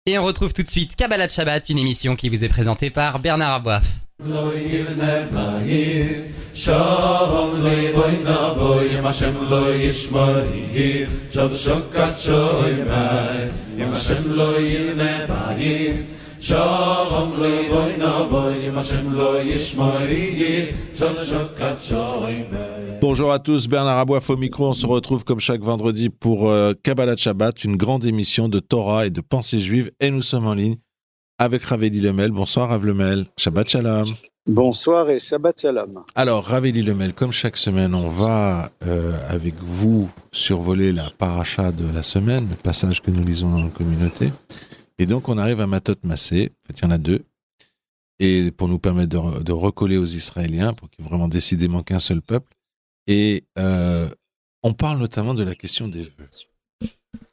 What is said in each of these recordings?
Et on retrouve tout de suite Kabbalat Shabbat, une émission qui vous est présentée par Bernard Aboif. Bonjour à tous, Bernard Aboif au micro. On se retrouve comme chaque vendredi pour Kabbalat Shabbat, une grande émission de Torah et de pensée juive. Et nous sommes en ligne avec Rav Eli Lemel. Bonsoir Rav Lemel, Shabbat Shalom. Bonsoir et Shabbat Shalom. Alors Rav Eli Lemel, comme chaque semaine, on va avec vous survoler la paracha de la semaine, le passage que nous lisons dans nos communautés. Et donc on arrive à Matot Massé, en fait il y en a deux, et pour nous permettre de recoller aux Israéliens, pour qu'il n'y ait vraiment décidément qu'un seul peuple. Et on parle notamment de la question des vœux.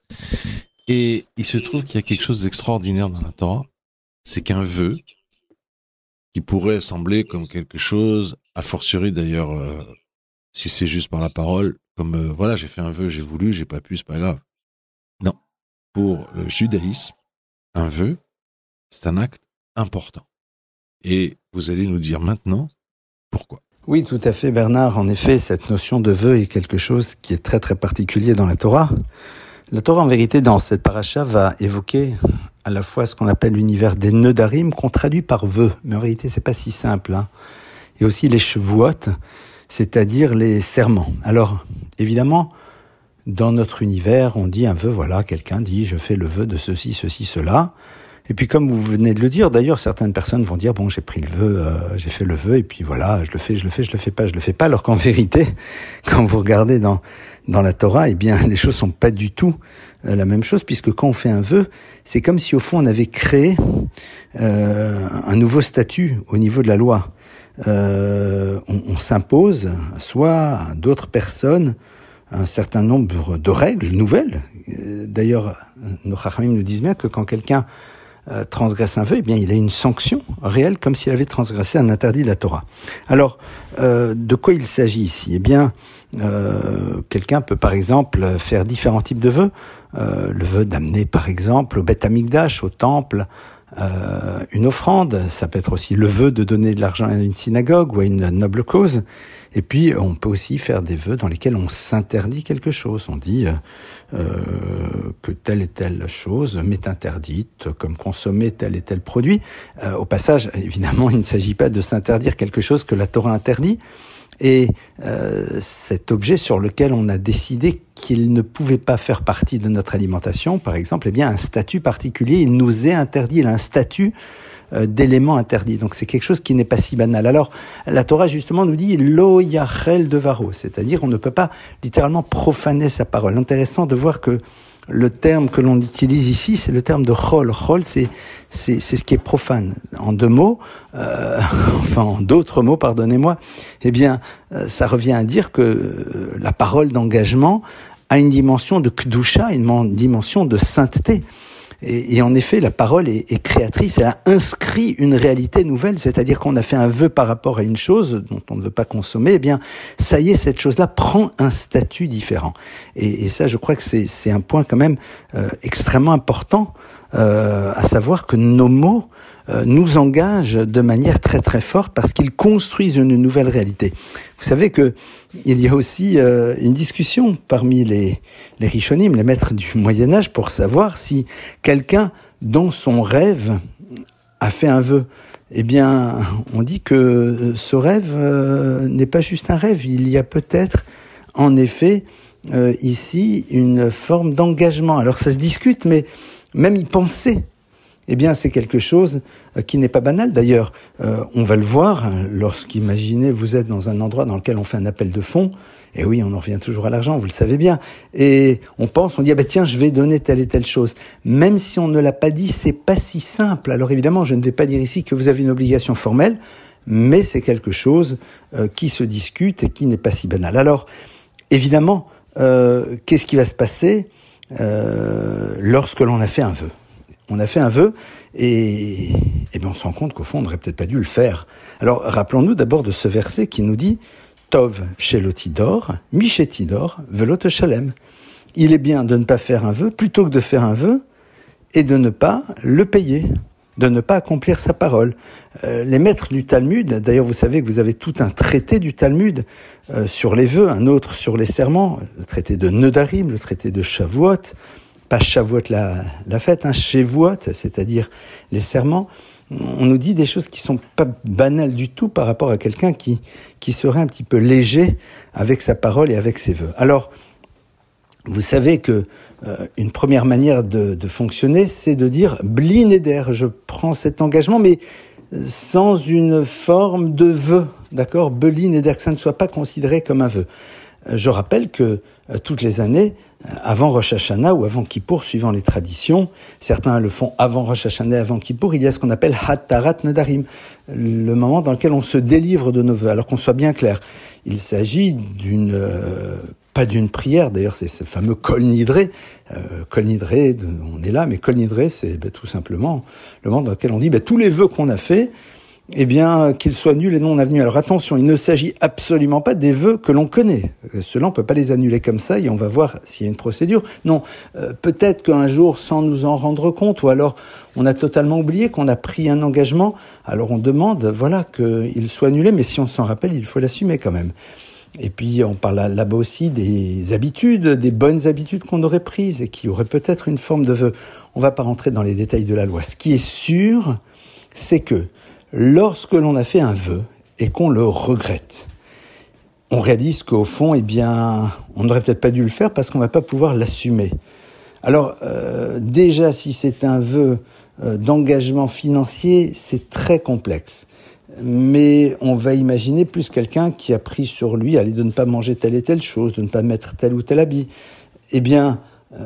Et il se trouve qu'il y a quelque chose d'extraordinaire dans la Torah, c'est qu'un vœu, qui pourrait sembler comme quelque chose, a fortiori d'ailleurs, si c'est juste par la parole, comme voilà, j'ai fait un vœu, j'ai voulu, j'ai pas pu, c'est pas grave. Non, pour le judaïsme, un vœu, c'est un acte important. Et vous allez nous dire maintenant pourquoi. Oui, tout à fait, Bernard. En effet, cette notion de vœu est quelque chose qui est très très particulier dans la Torah. La Torah, en vérité, dans cette paracha, va évoquer à la fois ce qu'on appelle l'univers des nedarim, qu'on traduit par vœux. Mais en réalité, c'est pas si simple. Et aussi les shavuot, c'est-à-dire les serments. Alors, évidemment, dans notre univers, on dit un vœu, voilà, quelqu'un dit, je fais le vœu de ceci, ceci, cela. Et puis comme vous venez de le dire, d'ailleurs, certaines personnes vont dire, bon, j'ai pris le vœu, j'ai fait le vœu, et puis voilà, je le fais pas, alors qu'en vérité, quand vous regardez dans la Torah, eh bien, les choses sont pas du tout la même chose, puisque quand on fait un vœu, c'est comme si au fond on avait créé un nouveau statut au niveau de la loi. On s'impose, soit à d'autres personnes, un certain nombre de règles nouvelles. D'ailleurs, nos Chachamim nous disent bien que quand quelqu'un transgresse un vœu, eh bien, il a une sanction réelle, comme s'il avait transgressé un interdit de la Torah. Alors, de quoi il s'agit ici ? Eh bien, quelqu'un peut, par exemple, faire différents types de vœux. Le vœu d'amener, par exemple, au Beth Amikdash, au temple, une offrande. Ça peut être aussi le vœu de donner de l'argent à une synagogue ou à une noble cause. Et puis, on peut aussi faire des vœux dans lesquels on s'interdit quelque chose. On dit que telle et telle chose m'est interdite, comme consommer tel et tel produit. Au passage, évidemment, il ne s'agit pas de s'interdire quelque chose que la Torah interdit. Et cet objet sur lequel on a décidé qu'il ne pouvait pas faire partie de notre alimentation, par exemple, eh bien, un statut particulier, il nous est interdit, il a un statut d'éléments interdits. Donc c'est quelque chose qui n'est pas si banal. Alors la Torah justement nous dit lo yachel devaro, c'est-à-dire on ne peut pas littéralement profaner sa parole. Intéressant de voir que le terme que l'on utilise ici, c'est le terme de chol. Chol, c'est ce qui est profane. En deux mots, en d'autres mots, pardonnez-moi, eh bien, ça revient à dire que la parole d'engagement a une dimension de kedusha, une dimension de sainteté. Et en effet, la parole est créatrice, elle a inscrit une réalité nouvelle, c'est-à-dire qu'on a fait un vœu par rapport à une chose dont on ne veut pas consommer, eh bien, ça y est, cette chose-là prend un statut différent. Et ça, je crois que c'est un point quand même extrêmement important, à savoir que nos mots nous engagent de manière très très forte parce qu'ils construisent une nouvelle réalité. Vous savez que il y a aussi une discussion parmi les Rishonim, les maîtres du Moyen-Âge, pour savoir si quelqu'un, dans son rêve, a fait un vœu. Eh bien, on dit que ce rêve n'est pas juste un rêve. Il y a peut-être, en effet, ici, une forme d'engagement. Alors ça se discute, mais même y penser, eh bien, c'est quelque chose qui n'est pas banal. D'ailleurs, on va le voir lorsqu'imaginez, vous êtes dans un endroit dans lequel on fait un appel de fonds. Et oui, on en revient toujours à l'argent, vous le savez bien. Et on dit, tiens, je vais donner telle et telle chose. Même si on ne l'a pas dit, c'est pas si simple. Alors évidemment, je ne vais pas dire ici que vous avez une obligation formelle, mais c'est quelque chose qui se discute et qui n'est pas si banal. Alors, évidemment, qu'est-ce qui va se passer lorsque l'on a fait un vœu ? On a fait un vœu et bien on se rend compte qu'au fond, on n'aurait peut-être pas dû le faire. Alors, rappelons-nous d'abord de ce verset qui nous dit « Tov shelotidor, mishetidor, velot shalem ». Il est bien de ne pas faire un vœu plutôt que de faire un vœu et de ne pas le payer, de ne pas accomplir sa parole. Les maîtres du Talmud, d'ailleurs vous savez que vous avez tout un traité du Talmud sur les vœux, un autre sur les serments, le traité de Nedarim, le traité de Shavuot, pas Shavuot la fête, Shavuot, c'est-à-dire les serments. On nous dit des choses qui sont pas banales du tout par rapport à quelqu'un qui serait un petit peu léger avec sa parole et avec ses vœux. Alors, vous savez que une première manière de fonctionner, c'est de dire bli neder, je prends cet engagement, mais sans une forme de vœu, d'accord, bli neder, que ça ne soit pas considéré comme un vœu. Je rappelle que toutes les années, avant Rosh Hashanah ou avant Kippour, suivant les traditions, certains le font avant Rosh Hashanah et avant Kippour, il y a ce qu'on appelle Hatarat Nedarim, le moment dans lequel on se délivre de nos vœux. Alors qu'on soit bien clair, il s'agit pas d'une prière, d'ailleurs c'est ce fameux Kol Nidré. Kol Nidré, on est là, mais Kol Nidré, c'est tout simplement le moment dans lequel on dit tous les vœux qu'on a faits, eh bien, qu'ils soient nuls et non avenus. Alors attention, il ne s'agit absolument pas des vœux que l'on connaît. Ceux-là, on peut pas les annuler comme ça et on va voir s'il y a une procédure. Non, peut-être qu'un jour, sans nous en rendre compte, ou alors on a totalement oublié qu'on a pris un engagement, alors on demande, qu'il soit annulé, mais si on s'en rappelle, il faut l'assumer quand même. Et puis, on parle là-bas aussi des habitudes, des bonnes habitudes qu'on aurait prises et qui auraient peut-être une forme de vœu. On va pas rentrer dans les détails de la loi. Ce qui est sûr, c'est que lorsque l'on a fait un vœu et qu'on le regrette, on réalise qu'au fond, on n'aurait peut-être pas dû le faire parce qu'on va pas pouvoir l'assumer. Alors, déjà, si c'est un vœu d'engagement financier, c'est très complexe. Mais on va imaginer plus quelqu'un qui a pris sur lui de ne pas manger telle et telle chose, de ne pas mettre tel ou tel habit. Eh bien,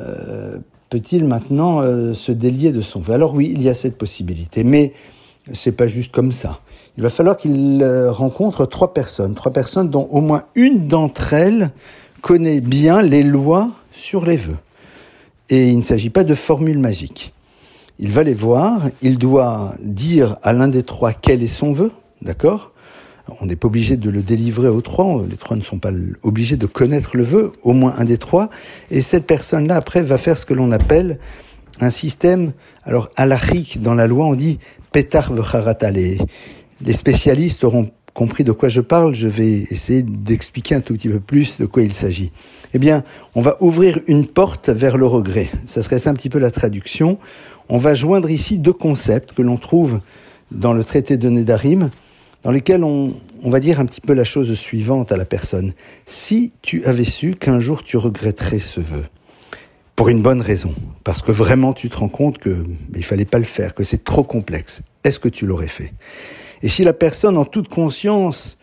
peut-il maintenant se délier de son vœu ? Alors oui, il y a cette possibilité, mais c'est pas juste comme ça. Il va falloir qu'il rencontre trois personnes dont au moins une d'entre elles connaît bien les lois sur les vœux. Et il ne s'agit pas de formule magique. Il va les voir, il doit dire à l'un des trois quel est son vœu, d'accord ? On n'est pas obligé de le délivrer aux trois, les trois ne sont pas obligés de connaître le vœu, au moins un des trois, et cette personne-là, après, va faire ce que l'on appelle un système, alors halachique, dans la loi, on dit Petar v'charata. Les spécialistes auront compris de quoi je parle, je vais essayer d'expliquer un tout petit peu plus de quoi il s'agit. Eh bien, on va ouvrir une porte vers le regret. Ça serait ça un petit peu la traduction. On va joindre ici deux concepts que l'on trouve dans le traité de Nedarim, dans lesquels on va dire un petit peu la chose suivante à la personne. Si tu avais su qu'un jour tu regretterais ce vœu, pour une bonne raison, parce que vraiment tu te rends compte il fallait pas le faire, que c'est trop complexe, est-ce que tu l'aurais fait ? Et si la personne, en toute conscience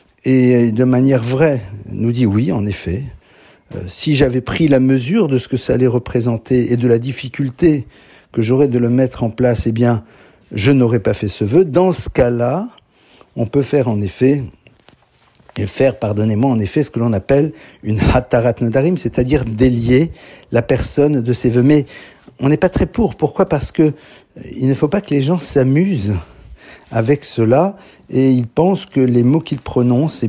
et de manière vraie, nous dit oui, en effet, si j'avais pris la mesure de ce que ça allait représenter et de la difficulté que j'aurais de le mettre en place, eh bien, je n'aurais pas fait ce vœu. Dans ce cas-là, on peut faire en effet ce que l'on appelle une hatarat nedarim, c'est-à-dire délier la personne de ses vœux. Mais on n'est pas très pour. Pourquoi ? Parce que il ne faut pas que les gens s'amusent avec cela et ils pensent que les mots qu'ils prononcent,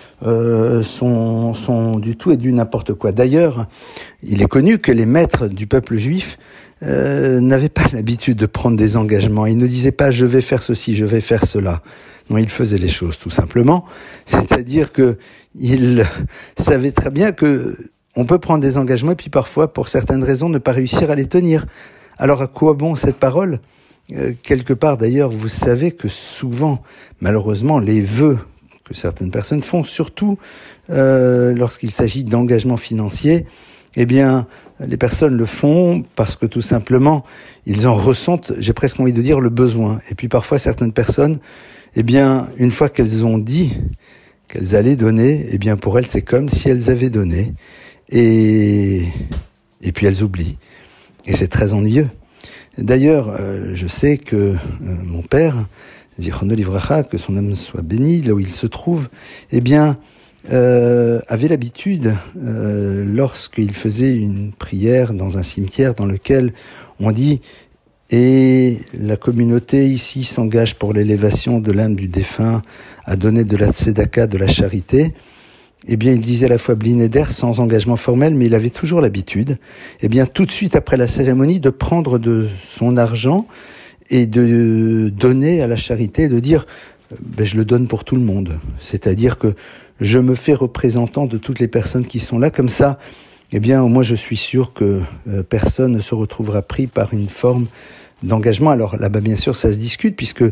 sont du tout et du n'importe quoi. D'ailleurs, il est connu que les maîtres du peuple juif n'avaient pas l'habitude de prendre des engagements. Ils ne disaient pas « je vais faire ceci, je vais faire cela ». Non, ils faisaient les choses tout simplement. C'est-à-dire que ils savaient très bien que on peut prendre des engagements et puis parfois, pour certaines raisons, ne pas réussir à les tenir. Alors à quoi bon cette parole ? Quelque part d'ailleurs, vous savez que souvent, malheureusement, les vœux que certaines personnes font, surtout lorsqu'il s'agit d'engagements financiers, eh bien, les personnes le font parce que tout simplement, ils en ressentent, j'ai presque envie de dire, le besoin. Et puis parfois, certaines personnes, eh bien, une fois qu'elles ont dit qu'elles allaient donner, eh bien, pour elles, c'est comme si elles avaient donné. Et puis elles oublient. Et c'est très ennuyeux. D'ailleurs, je sais que mon père, Zichrono Livracha, que son âme soit bénie, là où il se trouve, eh bien, avait l'habitude, lorsqu'il faisait une prière dans un cimetière dans lequel on dit « Et la communauté ici s'engage pour l'élévation de l'âme du défunt à donner de la tzedaka, de la charité », eh bien, il disait à la fois Bli Neder sans engagement formel, mais il avait toujours l'habitude, eh bien, tout de suite après la cérémonie, de prendre de son argent et de donner à la charité, de dire, je le donne pour tout le monde. C'est-à-dire que je me fais représentant de toutes les personnes qui sont là, comme ça, eh bien, au moins, je suis sûr que personne ne se retrouvera pris par une forme d'engagement. Alors là-bas, bien sûr, ça se discute, puisque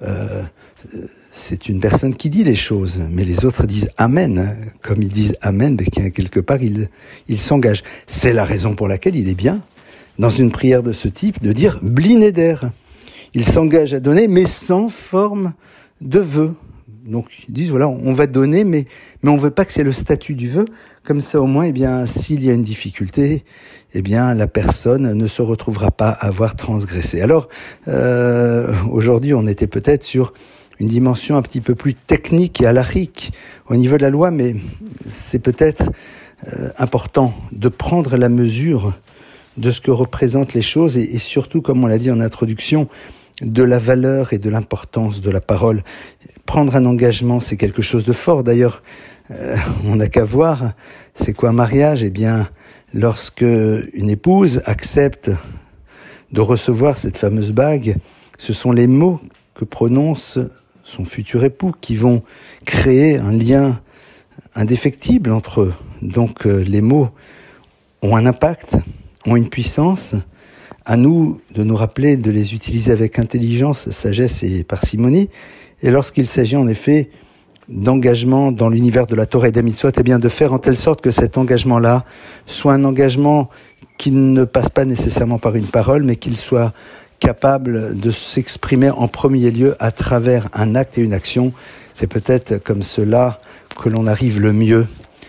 c'est une personne qui dit les choses, mais les autres disent Amen. Comme ils disent Amen, quelque part, ils s'engagent. C'est la raison pour laquelle il est bien, dans une prière de ce type, de dire Bli Neder. Il s'engage à donner, mais sans forme de vœu. Donc, ils disent, voilà, on va donner, mais on veut pas que c'est le statut du vœu. Comme ça, au moins, eh bien, s'il y a une difficulté, eh bien, la personne ne se retrouvera pas à avoir transgressé. Alors, aujourd'hui, on était peut-être sur une dimension un petit peu plus technique et halachique au niveau de la loi, mais c'est peut-être important de prendre la mesure de ce que représentent les choses et surtout, comme on l'a dit en introduction, de la valeur et de l'importance de la parole. Prendre un engagement, c'est quelque chose de fort. D'ailleurs, on n'a qu'à voir, c'est quoi un mariage ? Eh bien, lorsque une épouse accepte de recevoir cette fameuse bague, ce sont les mots que prononce son futur époux qui vont créer un lien indéfectible entre eux. Donc, les mots ont un impact, ont une puissance. À nous de nous rappeler de les utiliser avec intelligence, sagesse et parcimonie. Et lorsqu'il s'agit en effet d'engagement dans l'univers de la Torah et des mitzvot, eh bien de faire en telle sorte que cet engagement-là soit un engagement qui ne passe pas nécessairement par une parole, mais qu'il soit capable de s'exprimer en premier lieu à travers un acte et une action. C'est peut-être comme cela que l'on arrive le mieux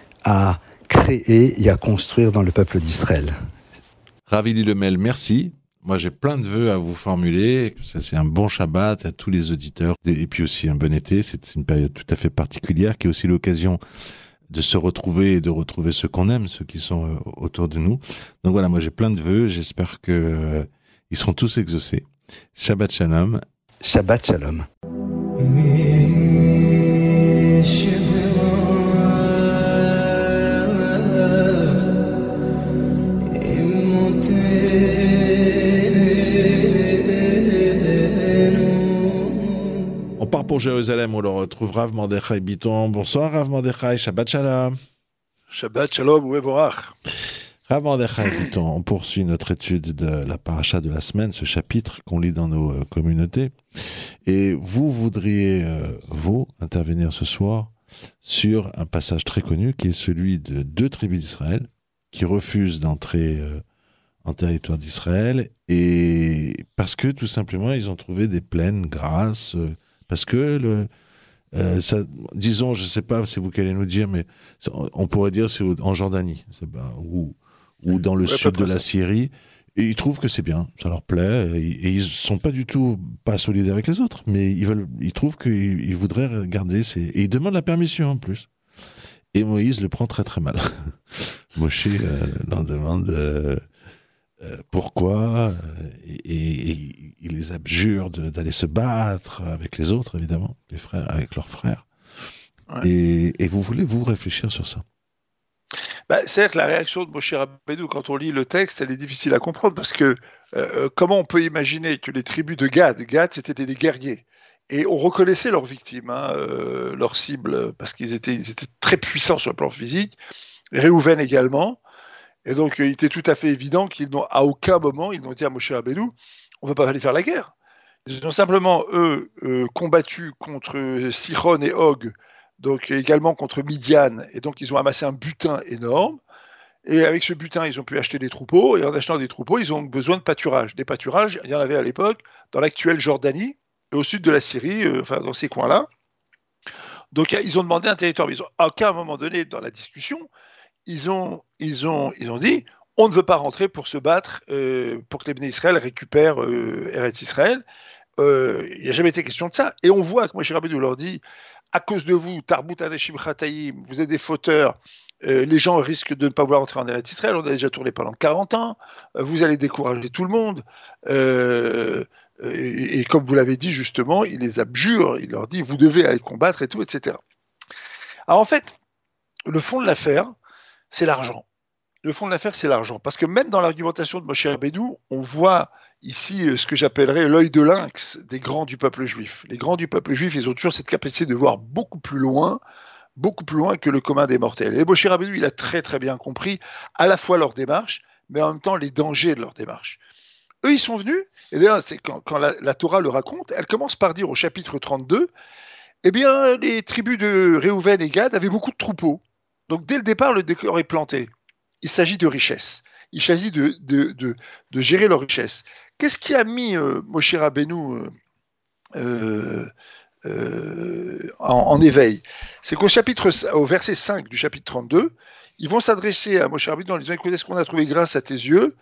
à créer et à construire dans le peuple d'Israël. Ravili Lemel, merci. Moi, j'ai plein de vœux à vous formuler. Ça, c'est un bon Shabbat à tous les auditeurs. Et puis aussi un bon été. C'est une période tout à fait particulière qui est aussi l'occasion de se retrouver et de retrouver ceux qu'on aime, ceux qui sont autour de nous. Donc voilà, moi, j'ai plein de vœux. J'espère que ils seront tous exaucés. Shabbat Shalom. Shabbat Shalom. On part pour Jérusalem, on le retrouve Rav Mordechai Bitton. Bonsoir Rav Mordechai, Shabbat Shalom. Shabbat Shalom, Uevorach. Rav Mordechai Bitton, on poursuit notre étude de la paracha de la semaine, ce chapitre qu'on lit dans nos communautés. Et vous voudriez, vous, intervenir ce soir sur un passage très connu qui est celui de 2 tribus d'Israël qui refusent d'entrer en territoire d'Israël et parce que tout simplement ils ont trouvé des plaines grasses, parce que disons, je ne sais pas, c'est vous qui allez nous dire, mais on pourrait dire c'est en Jordanie, ou dans le sud de la Syrie, et ils trouvent que c'est bien, ça leur plaît, et ils ne sont pas du tout pas solidaires avec les autres, mais ils trouvent qu'ils voudraient garder et ils demandent la permission en plus. Et Moïse le prend très très mal. Moshe leur demande pourquoi, et il les abjure d'aller se battre avec les autres, évidemment, les frères, avec leurs frères. Ouais. Et vous voulez vous réfléchir sur ça? C'est vrai que la réaction de Moshe Rabbeinu, quand on lit le texte, elle est difficile à comprendre parce que comment on peut imaginer que les tribus de Gad, c'était des guerriers, et on reconnaissait leurs victimes, leurs cibles, parce qu'ils étaient très puissants sur le plan physique, Réhouven également. Et donc, il était tout à fait évident qu'ils n'ont, à aucun moment, ils n'ont dit à Moshe Rabbeinu, on ne va pas aller faire la guerre. Ils ont simplement, eux, combattu contre Sichon et Og, donc également contre Midian, et donc ils ont amassé un butin énorme. Et avec ce butin, ils ont pu acheter des troupeaux, et en achetant des troupeaux, ils ont besoin de pâturage. Des pâturages, il y en avait à l'époque, dans l'actuelle Jordanie, et au sud de la Syrie, dans ces coins-là. Donc, ils ont demandé un territoire, mais à aucun moment donné, dans la discussion, ils ont dit on ne veut pas rentrer pour se battre pour que les Bnei Israël récupèrent Eretz Israël. Il n'y a jamais été question de ça. Et on voit que Moshe Rabbeinu leur dit à cause de vous, Tarbut Anashim Chatayim, vous êtes des fauteurs, les gens risquent de ne pas vouloir entrer en Eretz Israël. On a déjà tourné pendant 40 ans. Vous allez décourager tout le monde. Et comme vous l'avez dit justement, il les abjure. Il leur dit vous devez aller combattre et tout, etc. Alors en fait, le fond de l'affaire, c'est l'argent. Le fond de l'affaire, c'est l'argent. Parce que même dans l'argumentation de Moshe Rabbeinu, on voit ici ce que j'appellerais l'œil de lynx des grands du peuple juif. Les grands du peuple juif, ils ont toujours cette capacité de voir beaucoup plus loin que le commun des mortels. Et Moshe Rabbeinu, il a très très bien compris à la fois leur démarche, mais en même temps les dangers de leur démarche. Eux, ils sont venus, et d'ailleurs, c'est quand la Torah le raconte, elle commence par dire au chapitre 32, eh bien, les tribus de Réhouven et Gad avaient beaucoup de troupeaux. Donc dès le départ, le décor est planté. Il s'agit de richesse. Il s'agit de gérer leur richesse. Qu'est-ce qui a mis Moshe Rabbeinu en éveil? C'est au verset 5 du chapitre 32, ils vont s'adresser à Moshe Rabbeinu en lui disant: écoutez, ce qu'on a trouvé grâce à tes yeux,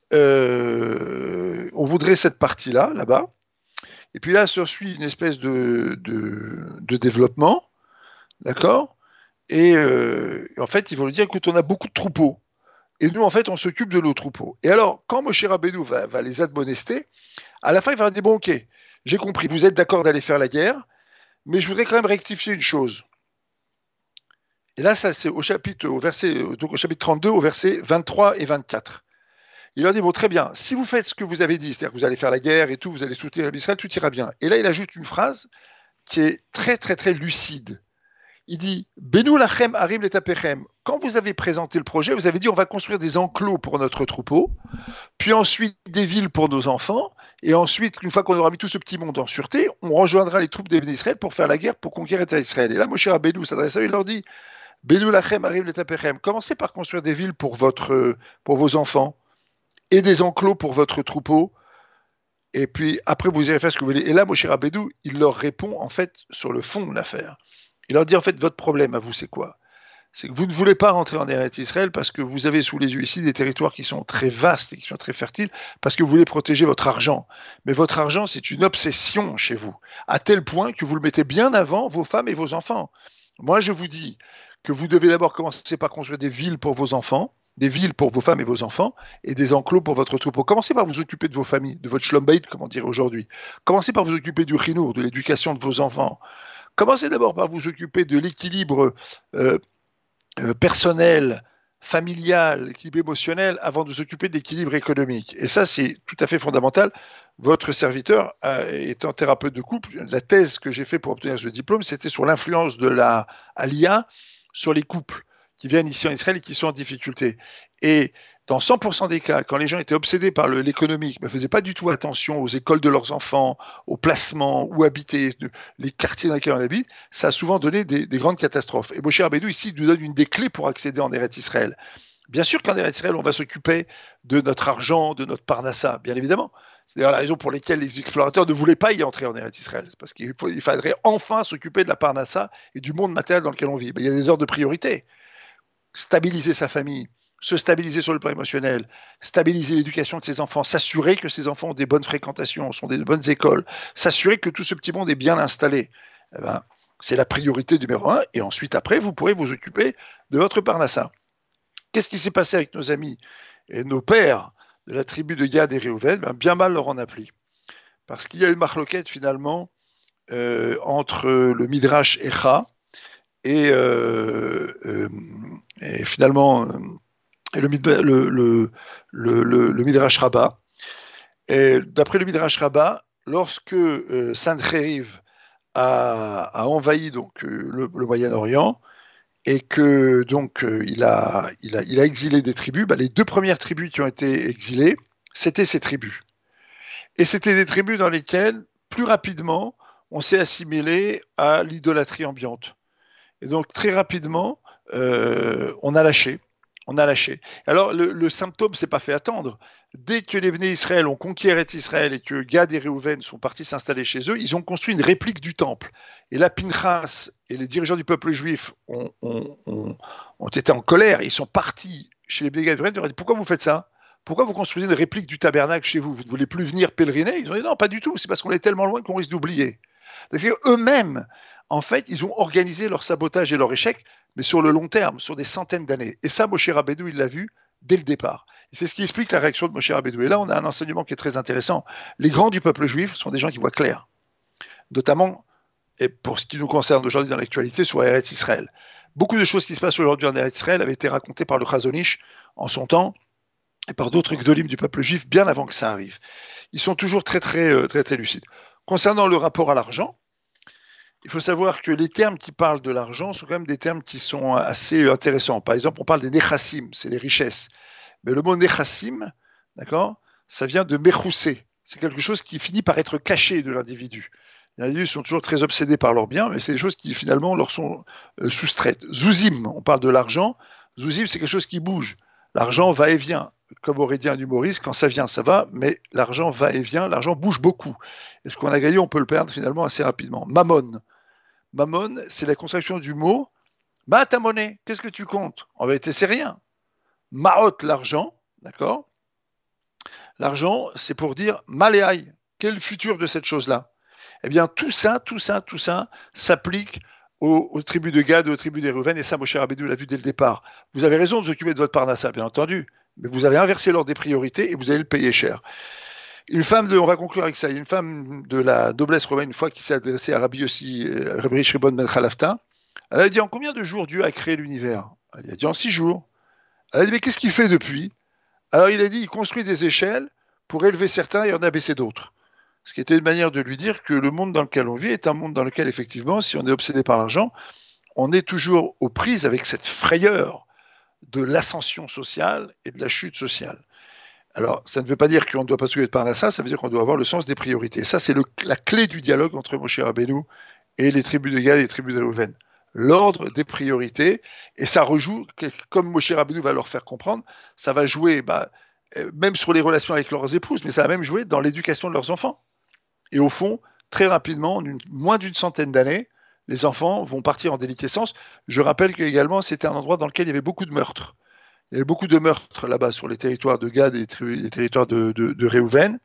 on voudrait cette partie-là, là-bas. Et puis là, se suit une espèce de développement, d'accord? Et en fait, ils vont lui dire: écoute, on a beaucoup de troupeaux. Et nous, en fait, on s'occupe de nos troupeaux. Et alors, quand Moshe Rabbeinu va les admonester, à la fin, il va leur dire: bon, ok, j'ai compris, vous êtes d'accord d'aller faire la guerre, mais je voudrais quand même rectifier une chose. Et là, ça, c'est au chapitre 32, au verset 23 et 24. Il leur dit: bon, très bien, si vous faites ce que vous avez dit, c'est-à-dire que vous allez faire la guerre et tout, vous allez soutenir Israël, tout ira bien. Et là, il ajoute une phrase qui est très, très, très lucide. Il dit: Benu lachem harim letapechem. Quand vous avez présenté le projet, vous avez dit: on va construire des enclos pour notre troupeau, puis ensuite des villes pour nos enfants, et ensuite, une fois qu'on aura mis tout ce petit monde en sûreté, on rejoindra les troupes d'Israël pour faire la guerre, pour conquérir Israël. Et là, Moshe Rabbeinu s'adresse à eux, il leur dit: Benu lachem harim letapechem. Commencez par construire des villes pour vos enfants, et des enclos pour votre troupeau, et puis après vous irez faire ce que vous voulez. Et là, Moshe Rabbeinu, il leur répond en fait sur le fond de l'affaire. Il leur dit: en fait, votre problème à vous, c'est quoi? C'est que vous ne voulez pas rentrer en Eretz Israël parce que vous avez sous les yeux ici des territoires qui sont très vastes et qui sont très fertiles, parce que vous voulez protéger votre argent. Mais votre argent, c'est une obsession chez vous, à tel point que vous le mettez bien avant vos femmes et vos enfants. Moi, je vous dis que vous devez d'abord commencer par construire des villes pour vos enfants, des villes pour vos femmes et vos enfants, et des enclos pour votre troupeau. Commencez par vous occuper de vos familles, de votre shlom bayit, comme on dirait aujourd'hui. Commencez par vous occuper du chinour, de l'éducation de vos enfants. Commencez d'abord par vous occuper de l'équilibre personnel, familial, l'équilibre émotionnel, avant de vous occuper de l'équilibre économique. Et ça, c'est tout à fait fondamental. Votre serviteur, étant thérapeute de couple, la thèse que j'ai faite pour obtenir ce diplôme, c'était sur l'influence de la Aliyah sur les couples qui viennent ici en Israël et qui sont en difficulté. Et dans 100% des cas, quand les gens étaient obsédés par l'économique, ne faisaient pas du tout attention aux écoles de leurs enfants, aux placements, où habiter, les quartiers dans lesquels on habite, ça a souvent donné des grandes catastrophes. Et Moshe Rabbeinu, ici, nous donne une des clés pour accéder en Eretz Israël. Bien sûr qu'en Eretz Israël, on va s'occuper de notre argent, de notre parnassa, bien évidemment. C'est d'ailleurs la raison pour laquelle les explorateurs ne voulaient pas y entrer en Eretz Israël. C'est parce qu'il faudrait enfin s'occuper de la parnassa et du monde matériel dans lequel on vit. Mais il y a des ordres de priorité. Stabiliser sa famille, se stabiliser sur le plan émotionnel, stabiliser l'éducation de ses enfants, s'assurer que ses enfants ont des bonnes fréquentations, sont des bonnes écoles, s'assurer que tout ce petit monde est bien installé. Eh ben, c'est la priorité numéro 1. Et ensuite, après, vous pourrez vous occuper de votre parnassa. Qu'est-ce qui s'est passé avec nos amis et nos pères de la tribu de Gad et Réhouven? Bien mal leur en a pris. Parce qu'il y a une marloquette finalement entre le Midrash Echa et finalement le Midrash Rabbah. Et d'après le Midrash Rabbah, lorsque Sancheriv a envahi donc le Moyen-Orient et que donc il a exilé des tribus, les 2 premières tribus qui ont été exilées, c'était ces tribus. Et c'était des tribus dans lesquelles, plus rapidement, on s'est assimilé à l'idolâtrie ambiante. Et donc, très rapidement, on a lâché. Alors, le symptôme ne s'est pas fait attendre. Dès que les Bnei Israël ont conquis Eretz Israël et que Gad et Réhouven sont partis s'installer chez eux, ils ont construit une réplique du temple. Et là, Pinchas et les dirigeants du peuple juif ont été en colère. Ils sont partis chez les Bnei Gad et Réhouven. Ils ont dit: pourquoi vous faites ça? Pourquoi vous construisez une réplique du tabernacle chez vous? Vous ne voulez plus venir pèleriner? Ils ont dit: non, pas du tout. C'est parce qu'on est tellement loin qu'on risque d'oublier. Parce qu'eux-mêmes, en fait, ils ont organisé leur sabotage et leur échec, mais sur le long terme, sur des centaines d'années. Et ça, Moshe Rabbeinu, il l'a vu dès le départ. Et c'est ce qui explique la réaction de Moshe Rabbeinu. Et là, on a un enseignement qui est très intéressant. Les grands du peuple juif sont des gens qui voient clair, notamment, et pour ce qui nous concerne aujourd'hui dans l'actualité, sur Eretz Israël. Beaucoup de choses qui se passent aujourd'hui en Eretz Israël avaient été racontées par le Chazon Ish en son temps et par d'autres gdolim du peuple juif bien avant que ça arrive. Ils sont toujours très lucides. Concernant le rapport à l'argent, il faut savoir que les termes qui parlent de l'argent sont quand même des termes qui sont assez intéressants. Par exemple, on parle des nechassim, c'est les richesses. Mais le mot nechassim, d'accord, ça vient de mechoussé. C'est quelque chose qui finit par être caché de l'individu. Les individus sont toujours très obsédés par leurs biens, mais c'est des choses qui finalement leur sont soustraites. Zouzim, on parle de l'argent. Zouzim, c'est quelque chose qui bouge. L'argent va et vient. Comme aurait dit un humoriste, quand ça vient, ça va, mais l'argent va et vient, l'argent bouge beaucoup. Et ce qu'on a gagné, on peut le perdre finalement assez rapidement. Mammon. Mammon, c'est la contraction du mot ma ta monnaie, qu'est-ce que tu comptes? En vérité, c'est rien. Maot, l'argent, d'accord? L'argent, c'est pour dire maléaï, quel est le futur de cette chose-là? Eh bien, tout ça s'applique aux tribus de Gad et aux tribus des Reuven, et ça, Moshe Rabbeinu l'a vu dès le départ. Vous avez raison de vous occuper de votre parnassa, bien entendu, mais vous avez inversé l'ordre des priorités et vous allez le payer cher. On va conclure avec ça, une femme de la noblesse romaine, une fois qui s'est adressée à Rabbi Yossi, Rabbi Shimon ben Chalafta, elle a dit en combien de jours Dieu a créé l'univers? Elle a dit en 6 jours. Elle a dit mais qu'est-ce qu'il fait depuis? Alors il a dit il construit des échelles pour élever certains et en abaisser d'autres. Ce qui était une manière de lui dire que le monde dans lequel on vit est un monde dans lequel effectivement, si on est obsédé par l'argent, on est toujours aux prises avec cette frayeur de l'ascension sociale et de la chute sociale. Alors, ça ne veut pas dire qu'on ne doit pas s'occuper de parler à ça, ça veut dire qu'on doit avoir le sens des priorités. Ça, c'est la clé du dialogue entre Moshe Rabbeinu et les tribus de Gad et les tribus de Reuven. L'ordre des priorités, et ça rejoue, comme Moshe Rabbeinu va leur faire comprendre, ça va jouer même sur les relations avec leurs épouses, mais ça va même jouer dans l'éducation de leurs enfants. Et au fond, très rapidement, en moins d'une centaine d'années, les enfants vont partir en déliquescence. Je rappelle qu'également, c'était un endroit dans lequel il y avait beaucoup de meurtres. Il y avait beaucoup de meurtres là-bas sur les territoires de Gad et les territoires de Réhouven.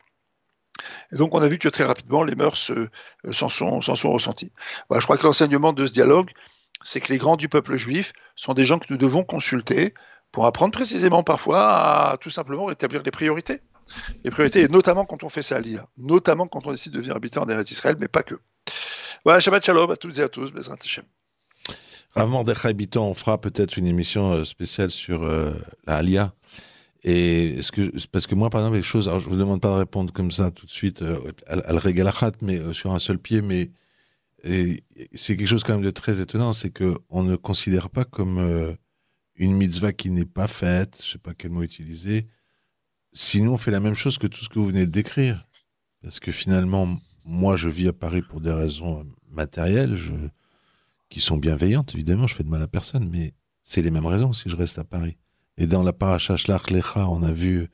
Et donc, on a vu que très rapidement, les mœurs s'en sont ressenties. Voilà, je crois que l'enseignement de ce dialogue, c'est que les grands du peuple juif sont des gens que nous devons consulter pour apprendre précisément parfois à tout simplement rétablir les priorités. Les priorités, et notamment quand on fait ça à l'IA, notamment quand on décide de venir habiter en Eretz Israël, mais pas que. Voilà, Shabbat Shalom à toutes et à tous, Bezrat Hashem. Rav Mordechai Bitton, on fera peut-être une émission spéciale sur la Aliyah. Et parce que moi, par exemple, les choses, alors je vous demande pas de répondre comme ça tout de suite al regalachat, mais sur un seul pied, mais c'est quelque chose quand même de très étonnant, c'est que on ne considère pas comme une mitzvah qui n'est pas faite, je sais pas quel mot utiliser. Sinon, on fait la même chose que tout ce que vous venez de décrire, parce que finalement, moi, je vis à Paris pour des raisons matérielles, qui sont bienveillantes, évidemment, je fais de mal à personne, mais c'est les mêmes raisons si je reste à Paris. Et dans la paracha Shlach Lecha, on a vu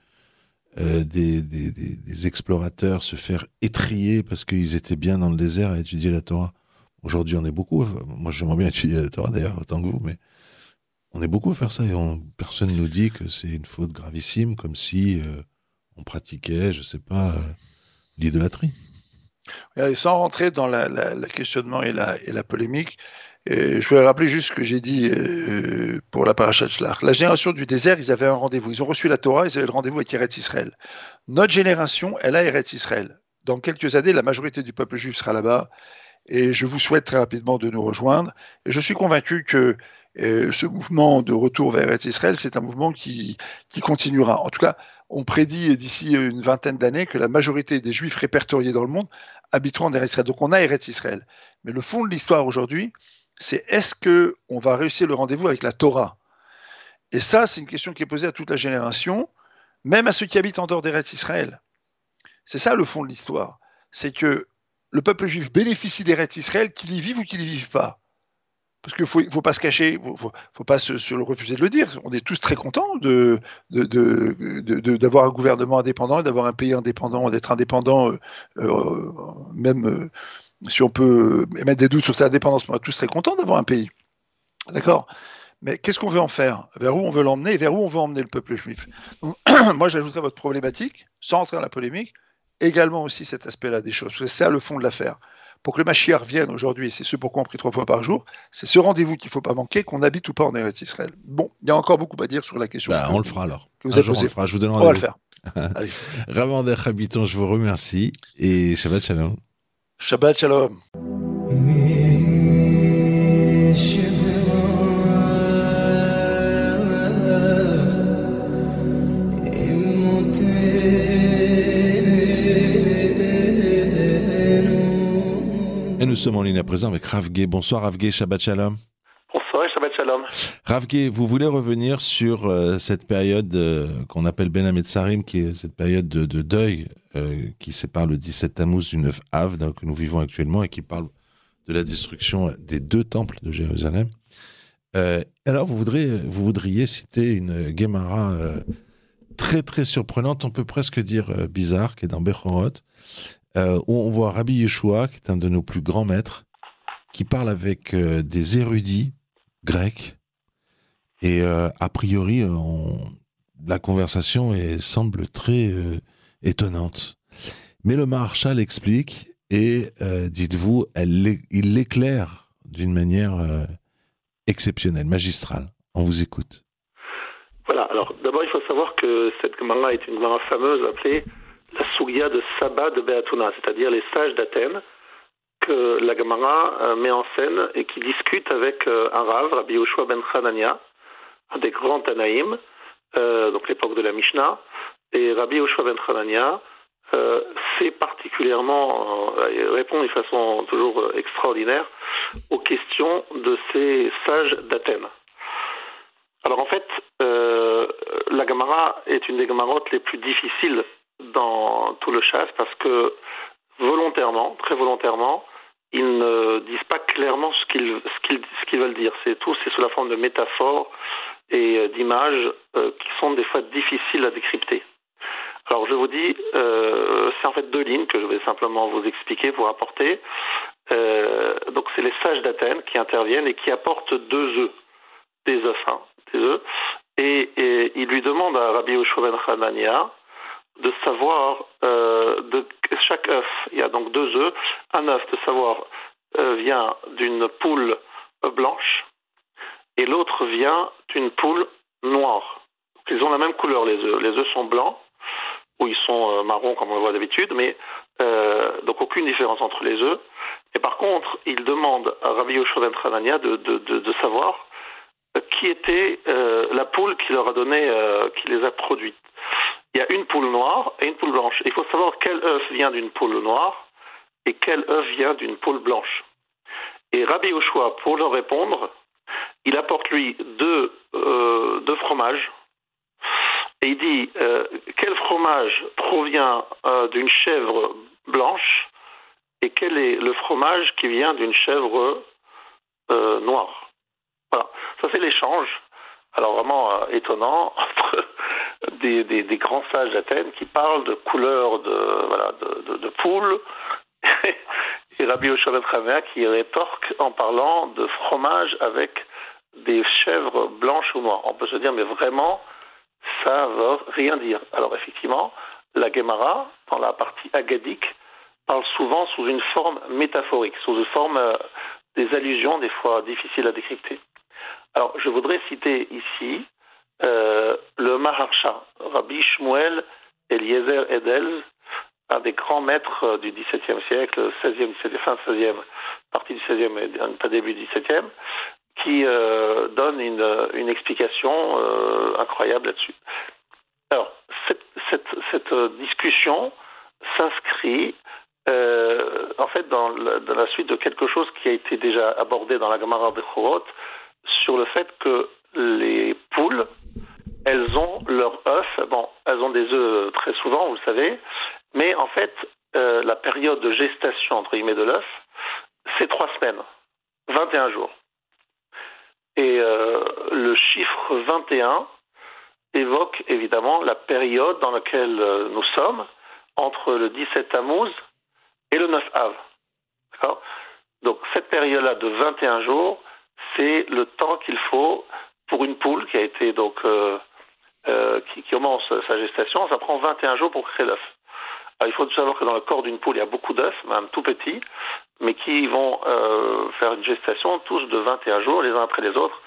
des explorateurs se faire étriller parce qu'ils étaient bien dans le désert à étudier la Torah. Aujourd'hui, on est beaucoup, moi j'aimerais bien étudier la Torah d'ailleurs, autant que vous, mais on est beaucoup à faire ça et personne nous dit que c'est une faute gravissime, comme si on pratiquait, je sais pas, l'idolâtrie. Et sans rentrer dans le questionnement et la polémique, je voudrais rappeler juste ce que j'ai dit pour la parashat Shlach. La génération du désert, ils avaient un rendez-vous. Ils ont reçu la Torah, ils avaient le rendez-vous avec Eretz Israël. Notre génération, elle a Eretz Israël. Dans quelques années, la majorité du peuple juif sera là-bas. Et je vous souhaite très rapidement de nous rejoindre. Et je suis convaincu que ce mouvement de retour vers Eretz Israël, c'est un mouvement qui continuera. En tout cas, on prédit d'ici une vingtaine d'années que la majorité des juifs répertoriés dans le monde habiteront en Eretz Israël. Donc on a Eretz Israël. Mais le fond de l'histoire aujourd'hui, c'est est-ce qu'on va réussir le rendez-vous avec la Torah? Et ça, c'est une question qui est posée à toute la génération, même à ceux qui habitent en dehors d'Eretz Israël. C'est ça le fond de l'histoire. C'est que le peuple juif bénéficie d'Eretz Israël, qu'il y vive ou qu'il n'y vive pas. Parce qu'il ne faut pas se cacher, il ne faut pas se refuser de le dire. On est tous très contents d'avoir un gouvernement indépendant, d'avoir un pays indépendant, d'être indépendant, même si on peut émettre des doutes sur sa indépendance, on est tous très contents d'avoir un pays. D'accord ? Mais qu'est-ce qu'on veut en faire? Vers où on veut l'emmener et vers où on veut emmener le peuple juif? Donc, moi, j'ajouterais votre problématique, sans entrer dans la polémique, également aussi cet aspect-là des choses. Parce que c'est ça le fond de l'affaire. Pour que le Mashiach vienne aujourd'hui, et c'est ce pourquoi on prie 3 fois par jour, c'est ce rendez-vous qu'il ne faut pas manquer, qu'on habite ou pas en Eretz Israël. Bon, il y a encore beaucoup à dire sur la question. On le fera alors. Un jour, on le fera, je vous donne rendez-vous. On va le faire. Rav Mordechai Bitton, je vous remercie et Shabbat Shalom. Shabbat Shalom. nous sommes en ligne à présent avec Rav Gué. Bonsoir Rav Gué, Shabbat Shalom. Bonsoir et Shabbat Shalom. Rav Gué, vous voulez revenir sur cette période qu'on appelle Ben Hametzarim, qui est cette période de deuil qui sépare le 17 Tammuz du 9 Av, que nous vivons actuellement, et qui parle de la destruction des 2 temples de Jérusalem. Alors, vous voudriez citer une Gemara très très surprenante, on peut presque dire bizarre, qui est dans Bechorot, où on voit Rabbi Yeshua, qui est un de nos plus grands maîtres, qui parle avec des érudits grecs, et a priori, la conversation semble très étonnante. Mais le Maharshal explique, et dites-vous, il l'éclaire d'une manière exceptionnelle, magistrale. On vous écoute. Voilà, alors d'abord il faut savoir que cette Gemara est une Gemara fameuse appelée la Sugya de Saba de Beatuna, c'est-à-dire les sages d'Athènes, que la Gemara met en scène et qui discute avec un Rav, Rabbi Yoshua ben Hanania, un des grands Tanaïm, donc l'époque de la Mishnah, et Rabbi Yoshua ben Hanania sait particulièrement répondre de façon toujours extraordinaire aux questions de ces sages d'Athènes. Alors en fait, la Gemara est une des Gemarotes les plus difficiles dans tout le chasse parce que volontairement, très volontairement, ils ne disent pas clairement ce qu'ils veulent dire. C'est sous la forme de métaphores et d'images qui sont des fois difficiles à décrypter. Alors je vous dis, c'est en fait 2 lignes que je vais simplement vous expliquer, vous rapporter. Donc c'est les sages d'Athènes qui interviennent et qui apportent 2 œufs, des œufs, et il lui demande à Rabbi Yoshua ben Hanania de savoir de chaque œuf, il y a donc 2 œufs, un œuf de savoir vient d'une poule blanche et l'autre vient d'une poule noire. Donc, ils ont la même couleur les œufs sont blancs ou ils sont marrons comme on le voit d'habitude, mais donc aucune différence entre les œufs. Et par contre, il demande à Rabbi Yoshua ben Hanania de savoir qui était la poule qui leur a donné, qui les a produites. Il y a une poule noire et une poule blanche. Il faut savoir quel œuf vient d'une poule noire et quel œuf vient d'une poule blanche. Et Rabbi Yoshua, pour leur répondre, il apporte lui 2 fromages. Et il dit quel fromage provient d'une chèvre blanche et quel est le fromage qui vient d'une chèvre noire. Voilà, ça c'est l'échange. Alors vraiment étonnant entre des grands sages d'Athènes qui parlent de couleurs de poules et Rabbi Yoshua ben Hanania qui rétorque en parlant de fromage avec des chèvres blanches ou noires. On peut se dire mais vraiment ça veut rien dire. Alors effectivement, la Gemara dans la partie agadique parle souvent sous une forme métaphorique, sous une forme des allusions des fois difficiles à décrypter. Alors, je voudrais citer ici le Maharsha, Rabbi Shmuel Eliezer Edel, un des grands maîtres du XVIIe siècle, fin 16e, partie du XVIe et pas début du XVIIe, qui donne une explication incroyable là-dessus. Alors, cette discussion s'inscrit en fait dans la suite de quelque chose qui a été déjà abordé dans la Gemara Bechorot, sur le fait que les poules, elles ont leurs œufs, elles ont des œufs très souvent, vous le savez, mais en fait, la période de gestation, entre guillemets, de l'œuf, c'est 3 semaines, 21 jours. Et le chiffre 21 évoque évidemment la période dans laquelle nous sommes, entre le 17 Tammuz et le 9 Av. D'accord ? Donc cette période-là de 21 jours, c'est le temps qu'il faut pour une poule qui a été donc qui commence sa gestation. Ça prend 21 jours pour créer l'œuf. Alors il faut savoir que dans le corps d'une poule, il y a beaucoup d'œufs, même tout petits, mais qui vont faire une gestation tous de 21 jours, les uns après les autres.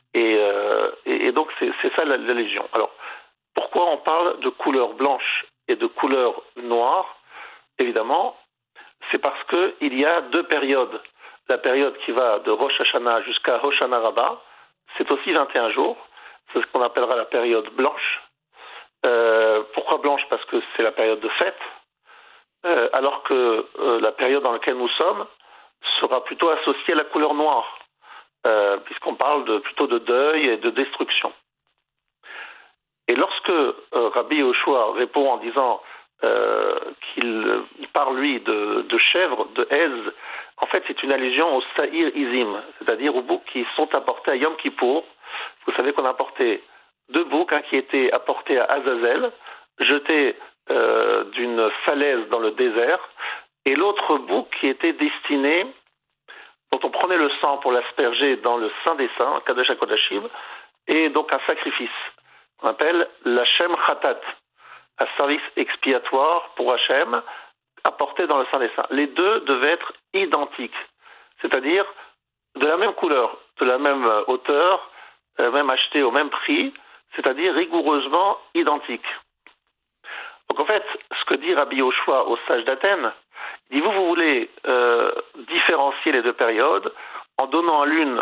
Et donc c'est ça l'allusion. Alors pourquoi on parle de couleur blanche et de couleur noire ? Évidemment, c'est parce qu'il y a 2 périodes. La période qui va de Rosh Hashanah jusqu'à Hoshana Rabbah, c'est aussi 21 jours. C'est ce qu'on appellera la période blanche. Pourquoi blanche ? Parce que c'est la période de fête. Alors que la période dans laquelle nous sommes, sera plutôt associé à la couleur noire, puisqu'on parle plutôt de deuil et de destruction. Et lorsque Rabbi Yehoshua répond en disant qu'il parle, lui, de chèvres, de hez, en fait, c'est une allusion au Sa'ir Izim, c'est-à-dire aux boucs qui sont apportés à Yom Kippour. Vous savez qu'on a apporté 2 boucs, un qui était apporté à Azazel, jeté d'une falaise dans le désert, et l'autre bouc qui était destiné, dont on prenait le sang pour l'asperger dans le Saint des Saints, Kadosh HaKodashim, et donc un sacrifice, qu'on appelle l'Hachem Khatat, un service expiatoire pour Hachem, apporté dans le Saint des Saints. Les deux devaient être identiques, c'est-à-dire de la même couleur, de la même hauteur, même achetés au même prix, c'est-à-dire rigoureusement identiques. Donc en fait, ce que dit Rabbi Yehoshua aux sages d'Athènes, il dit vous voulez différencier les 2 périodes en donnant à l'une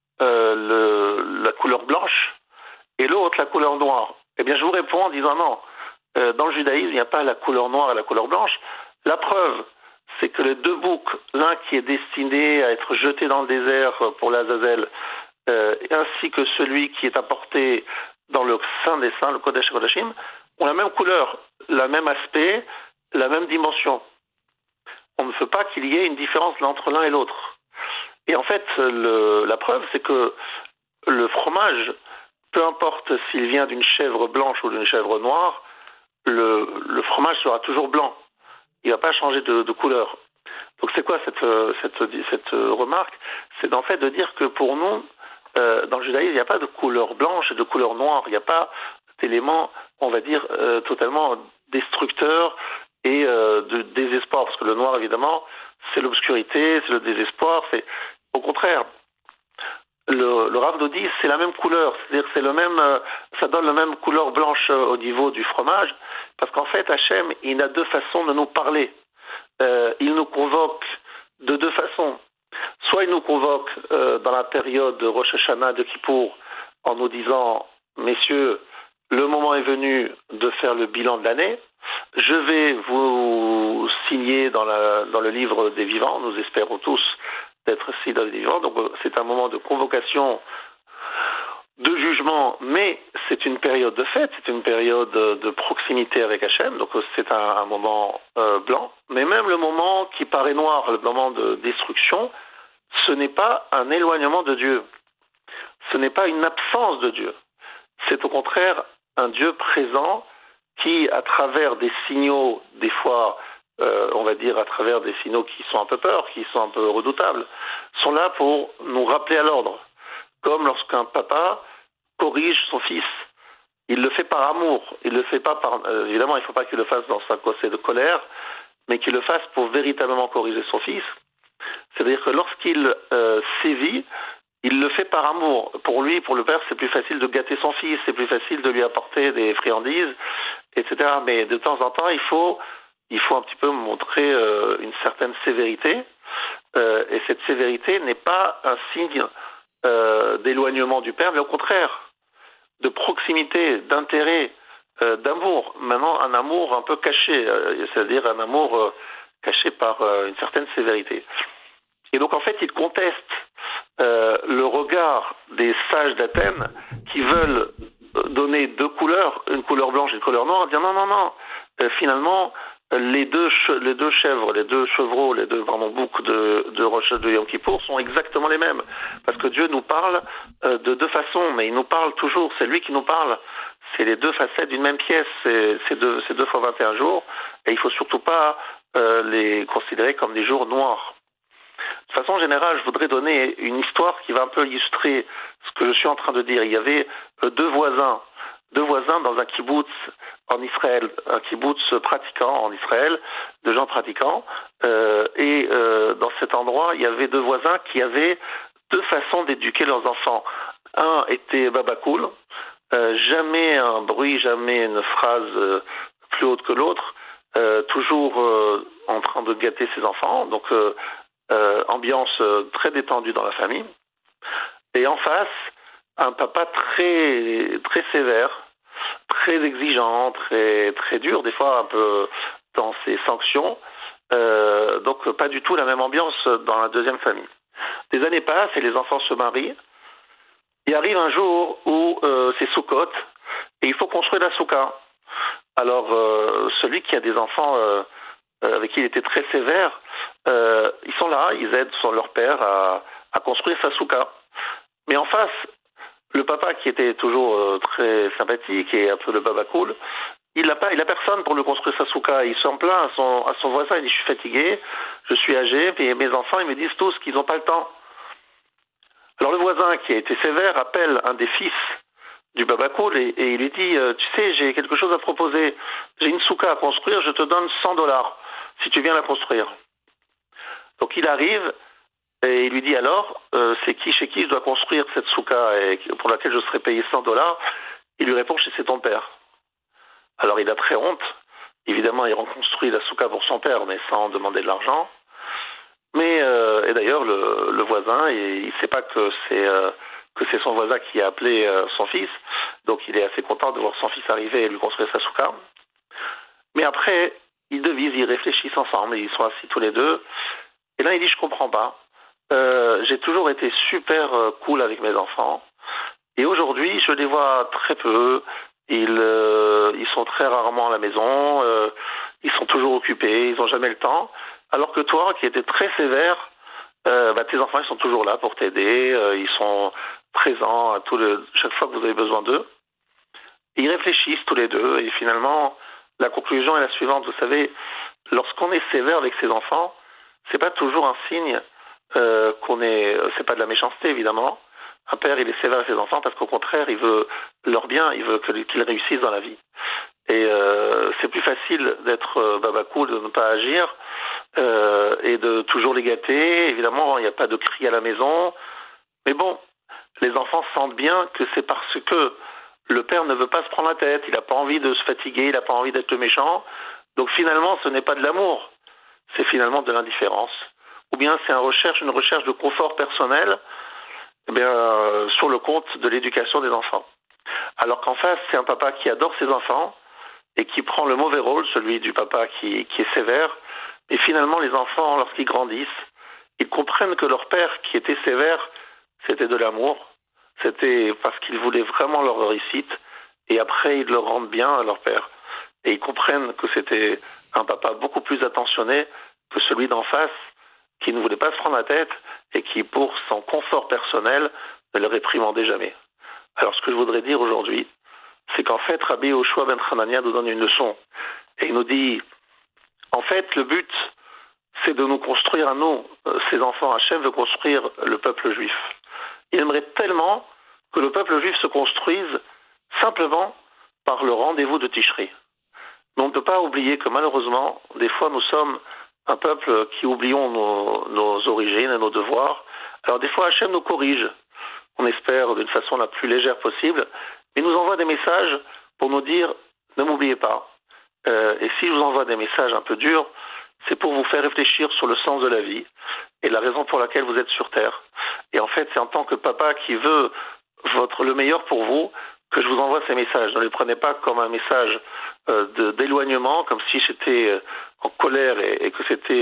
la couleur blanche et l'autre la couleur noire. Eh bien je vous réponds en disant non, dans le judaïsme il n'y a pas la couleur noire et la couleur blanche. La preuve, c'est que les 2 boucs, l'un qui est destiné à être jeté dans le désert pour l'Azazel, ainsi que celui qui est apporté dans le Saint des Saints, le Kodesh HaKodashim, ont la même couleur, le même aspect, la même dimension. On ne veut pas qu'il y ait une différence entre l'un et l'autre. Et en fait, la preuve, c'est que le fromage, peu importe s'il vient d'une chèvre blanche ou d'une chèvre noire, le fromage sera toujours blanc. Il ne va pas changer de couleur. Donc c'est quoi cette remarque? C'est en fait de dire que pour nous, dans le judaïsme, il n'y a pas de couleur blanche et de couleur noire. Il n'y a pas d'élément, on va dire, totalement destructeur et de désespoir. Parce que le noir, évidemment, c'est l'obscurité, c'est le désespoir. C'est au contraire. Le Rav nous dit c'est la même couleur, c'est-à-dire que c'est le même, ça donne la même couleur blanche au niveau du fromage, parce qu'en fait Hachem, il a 2 façons de nous parler. Il nous convoque de 2 façons. Soit il nous convoque dans la période de Rosh Hashanah, de Kippour, en nous disant messieurs, le moment est venu de faire le bilan de l'année. Je vais vous signer dans le livre des vivants. Nous espérons tous d'être ici dans les vivants. Donc c'est un moment de convocation, de jugement, mais c'est une période de fête, c'est une période de proximité avec Hachem. Donc c'est un moment blanc. Mais même le moment qui paraît noir, le moment de destruction, ce n'est pas un éloignement de Dieu. Ce n'est pas une absence de Dieu. C'est au contraire un Dieu présent qui, à travers des signaux, des fois, on va dire à travers des signaux qui sont un peu peur, qui sont un peu redoutables, sont là pour nous rappeler à l'ordre. Comme lorsqu'un papa corrige son fils. Il le fait par amour. Il le fait pas par... évidemment, il ne faut pas qu'il le fasse dans sa causée de colère, mais qu'il le fasse pour véritablement corriger son fils. C'est-à-dire que lorsqu'il sévit, il le fait par amour. Pour lui, pour le père, c'est plus facile de gâter son fils, c'est plus facile de lui apporter des friandises, etc. Mais de temps en temps, il faut un petit peu montrer une certaine sévérité. Et cette sévérité n'est pas un signe d'éloignement du père, mais au contraire, de proximité, d'intérêt, d'amour. Maintenant, un amour un peu caché, c'est-à-dire un amour caché par une certaine sévérité. Et donc, en fait, il conteste le regard des sages d'Athènes qui veulent donner 2 couleurs, une couleur blanche et une couleur noire, en disant non, finalement, les deux chèvres, les 2 chevreaux, les 2 boucs de Rosh de Yom Kippour sont exactement les mêmes. Parce que Dieu nous parle de 2 façons, mais il nous parle toujours, c'est lui qui nous parle. C'est les 2 facettes d'une même pièce, c'est 2 fois 21 jours, et il ne faut surtout pas les considérer comme des jours noirs. De façon générale, je voudrais donner une histoire qui va un peu illustrer ce que je suis en train de dire. Il y avait 2 voisins dans un kibboutz en Israël, un kibboutz pratiquant en Israël, de gens pratiquants. Dans cet endroit, il y avait 2 voisins qui avaient 2 façons d'éduquer leurs enfants. Un était babacool, jamais un bruit, jamais une phrase plus haute que l'autre, toujours en train de gâter ses enfants. Donc ambiance très détendue dans la famille. Et en face, un papa très très sévère, très exigeant, très très dur, des fois un peu dans ses sanctions, Donc pas du tout la même ambiance dans la deuxième famille. Des années passent et les enfants se marient. Il arrive un jour où c'est Sukkot et il faut construire la soukha. Alors celui qui a des enfants avec qui il était très sévère, ils sont là, ils aident leur père à construire sa soukha. Mais en face, le papa qui était toujours très sympathique et un peu le baba cool, il a personne pour lui construire sa soukha. Il s'en plaint à son voisin, il dit je suis fatigué, je suis âgé, et mes enfants ils me disent tous qu'ils n'ont pas le temps. Alors le voisin qui a été sévère appelle un des fils du baba cool et il lui dit tu sais, j'ai quelque chose à proposer, j'ai une soukha à construire, je te donne $100 si tu viens la construire. Donc il arrive et il lui dit alors c'est chez qui je dois construire cette soukha et pour laquelle je serai payé $100. Il lui répond c'est ton père. Alors il a très honte, évidemment il reconstruit la soukha pour son père mais sans demander de l'argent. Mais et d'ailleurs le voisin il ne sait pas que c'est son voisin qui a appelé son fils, donc il est assez content de voir son fils arriver et lui construire sa soukha. Mais après ils devisent, ils réfléchissent ensemble, et ils sont assis tous les deux. Et là il dit je comprends pas, j'ai toujours été super cool avec mes enfants et aujourd'hui je les vois très peu. Ils sont très rarement à la maison, ils sont toujours occupés, ils n'ont jamais le temps. Alors que toi, qui étais très sévère, tes enfants ils sont toujours là pour t'aider, ils sont présents à chaque fois que vous avez besoin d'eux. Et ils réfléchissent tous les deux et finalement, la conclusion est la suivante. Vous savez, lorsqu'on est sévère avec ses enfants, c'est pas toujours un signe c'est pas de la méchanceté évidemment. Un père, il est sévère avec ses enfants parce qu'au contraire, il veut leur bien, il veut qu'ils réussissent dans la vie. Et c'est plus facile d'être baba cool, de ne pas agir et de toujours les gâter. Évidemment, il n'y a pas de cri à la maison. Mais bon, les enfants sentent bien que c'est parce que le père ne veut pas se prendre la tête, il n'a pas envie de se fatiguer, il n'a pas envie d'être le méchant. Donc finalement, ce n'est pas de l'amour, c'est finalement de l'indifférence. Ou bien c'est une recherche de confort personnel sur le compte de l'éducation des enfants. Alors qu'en face, c'est un papa qui adore ses enfants et qui prend le mauvais rôle, celui du papa qui est sévère. Et finalement, les enfants, lorsqu'ils grandissent, ils comprennent que leur père, qui était sévère, c'était de l'amour. C'était parce qu'ils voulaient vraiment leur réussite. Et après, ils leur rendent bien à leur père. Et ils comprennent que c'était un papa beaucoup plus attentionné que celui d'en face, qui ne voulait pas se prendre la tête et qui, pour son confort personnel, ne le réprimandait jamais. Alors, ce que je voudrais dire aujourd'hui, c'est qu'en fait, Rabbi Yehoshua ben Hanania nous donne une leçon. Et il nous dit, en fait, le but, c'est de nous construire à nous, ses enfants. Hachem veut construire le peuple juif. Il aimerait tellement que le peuple juif se construise simplement par le rendez-vous de Tishri. Mais on ne peut pas oublier que malheureusement, des fois, nous sommes un peuple qui oublions nos origines et nos devoirs. Alors des fois, Hachem nous corrige, on espère d'une façon la plus légère possible, mais nous envoie des messages pour nous dire « ne m'oubliez pas ». Et si je vous envoie des messages un peu durs, c'est pour vous faire réfléchir sur le sens de la vie et la raison pour laquelle vous êtes sur Terre. Et en fait, c'est en tant que papa qui veut le meilleur pour vous que je vous envoie ces messages. Ne les prenez pas comme un message d'éloignement, comme si j'étais en colère et que c'était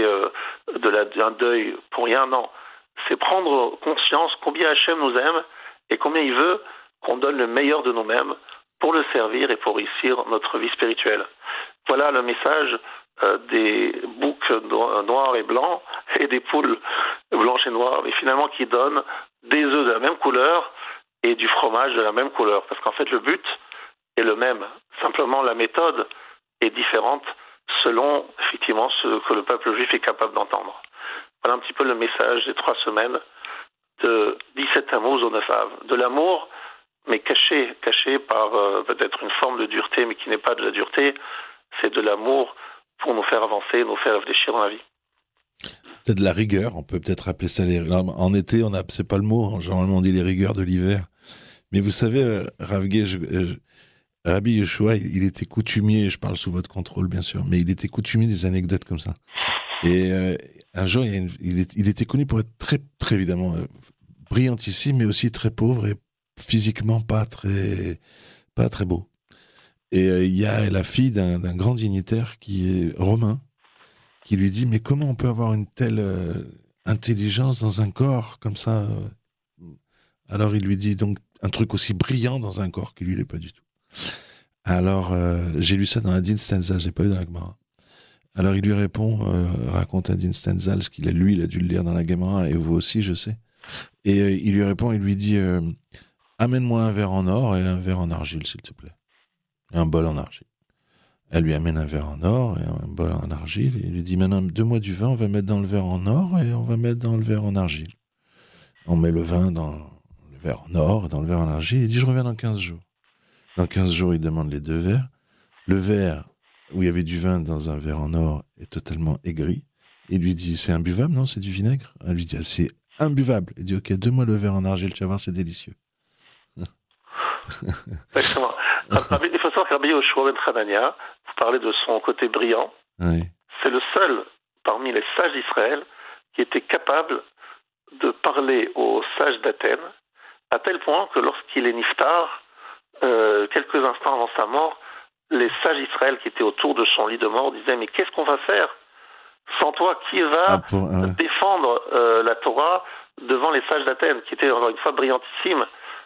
un deuil pour rien. Non, c'est prendre conscience combien Hachem nous aime et combien il veut qu'on donne le meilleur de nous-mêmes pour le servir et pour réussir notre vie spirituelle. Voilà le message des boucs noirs et blancs et des poules blanches et noires, mais finalement qui donnent des œufs de la même couleur et du fromage de la même couleur. Parce qu'en fait, le but est le même. Simplement, la méthode est différente selon, effectivement, ce que le peuple juif est capable d'entendre. Voilà un petit peu le message des 3 semaines de 17 Tammuz au 9 Av. De l'amour, mais caché par peut-être une forme de dureté, mais qui n'est pas de la dureté. C'est de l'amour pour nous faire avancer, nous faire réfléchir dans la vie. Peut-être de la rigueur, on peut peut-être appeler ça en été, c'est pas le mot, généralement on dit les rigueurs de l'hiver. Mais vous savez, Rabbi Yehoshua, il était coutumier, je parle sous votre contrôle bien sûr, mais il était coutumier des anecdotes comme ça. Et un jour, il était connu pour être très, très évidemment brillantissime, mais aussi très pauvre et physiquement pas très beau. Et il y a la fille d'un grand dignitaire qui est romain, qui lui dit mais comment on peut avoir une telle intelligence dans un corps comme ça Alors il lui dit donc un truc aussi brillant dans un corps qui lui l'est pas du tout. Alors j'ai lu ça dans Adin Stenza, j'ai pas lu dans la Gemara. Alors il lui répond, raconte Adin Stenza, ce qu'il a lu, il a dû le lire dans la Gemara et vous aussi je sais. Et il lui répond, il lui dit amène-moi un verre en or et un verre en argile s'il te plaît, et un bol en argile. Elle lui amène un verre en or et un bol en argile. Et il lui dit, maintenant, 2 mois du vin, on va mettre dans le verre en or et on va mettre dans le verre en argile. On met le vin dans le verre en or, dans le verre en argile. Il dit, je reviens dans 15 jours. Dans 15 jours, il demande les 2 verres. Le verre où il y avait du vin dans un verre en or est totalement aigri. Il lui dit, c'est imbuvable, non? C'est du vinaigre? Elle lui dit, c'est imbuvable. Il dit, ok, donne-moi le verre en argile, tu vas voir, c'est délicieux. Exactement. Il faut savoir que Rabbi Yoshua ben Hanania, vous parlez de son côté brillant, Oui. c'est le seul parmi les sages d'Israël qui était capable de parler aux sages d'Athènes, à tel point que lorsqu'il est niftar, quelques instants avant sa mort, les sages d'Israël qui étaient autour de son lit de mort disaient « Mais qu'est-ce qu'on va faire? Sans toi, qui va défendre la Torah devant les sages d'Athènes, qui étaient encore une fois brillantissimes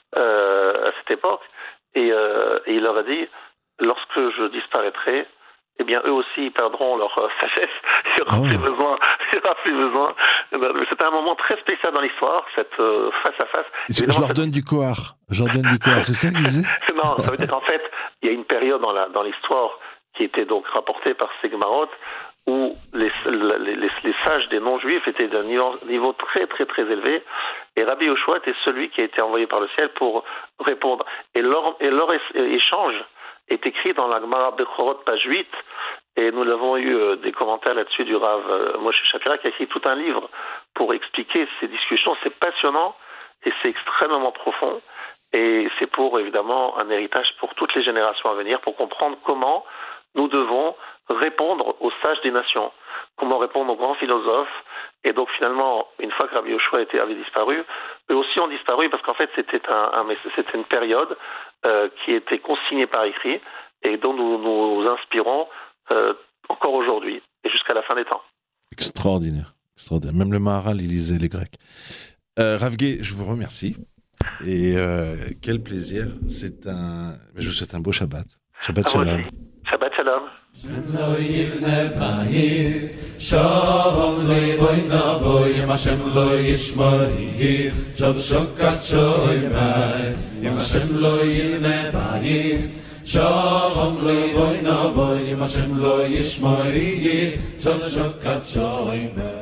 à cette époque ?» Et il leur a dit, lorsque je disparaîtrai, eh bien eux aussi ils perdront leur sagesse. Il n'y aura plus besoin. C'était un moment très spécial dans l'histoire, cette face à face. Je leur donne du kohar. C'est ça qu'ils disaient? Non, ça veut dire qu'en fait, il y a une période dans l'histoire qui était donc rapportée par ces Gemarot où les sages des non-juifs étaient d'un niveau très très très élevé, et Rabbi Yoshua était celui qui a été envoyé par le ciel pour répondre. Et leur échange est écrit dans la Gemara Bechorot, page 8, et nous avons eu des commentaires là-dessus du Rav Moshe Shapira, qui a écrit tout un livre pour expliquer ces discussions. C'est passionnant et c'est extrêmement profond, et c'est pour évidemment un héritage pour toutes les générations à venir, pour comprendre comment nous devons répondre aux sages des nations, comment répondre aux grands philosophes. Et donc finalement, une fois que Rabbi Yoshua avait disparu, eux aussi ont disparu, parce qu'en fait c'était une période qui était consignée par écrit et dont nous nous inspirons encore aujourd'hui et jusqu'à la fin des temps. Extraordinaire. Même le Maharal, il lisait les Grecs. Rav Gué, je vous remercie et quel plaisir. Je vous souhaite un beau Shabbat. Shabbat Shalom. Shabbat Shalom. Shem lo yivne bayit, shalom lo yivoyna boy, ma Shem lo yishmari, shav shokat shoymai, ma Shem lo yivne bayit, shalom lo yivoyna boy, ma Shem lo yishmari, shav shokat shoymai.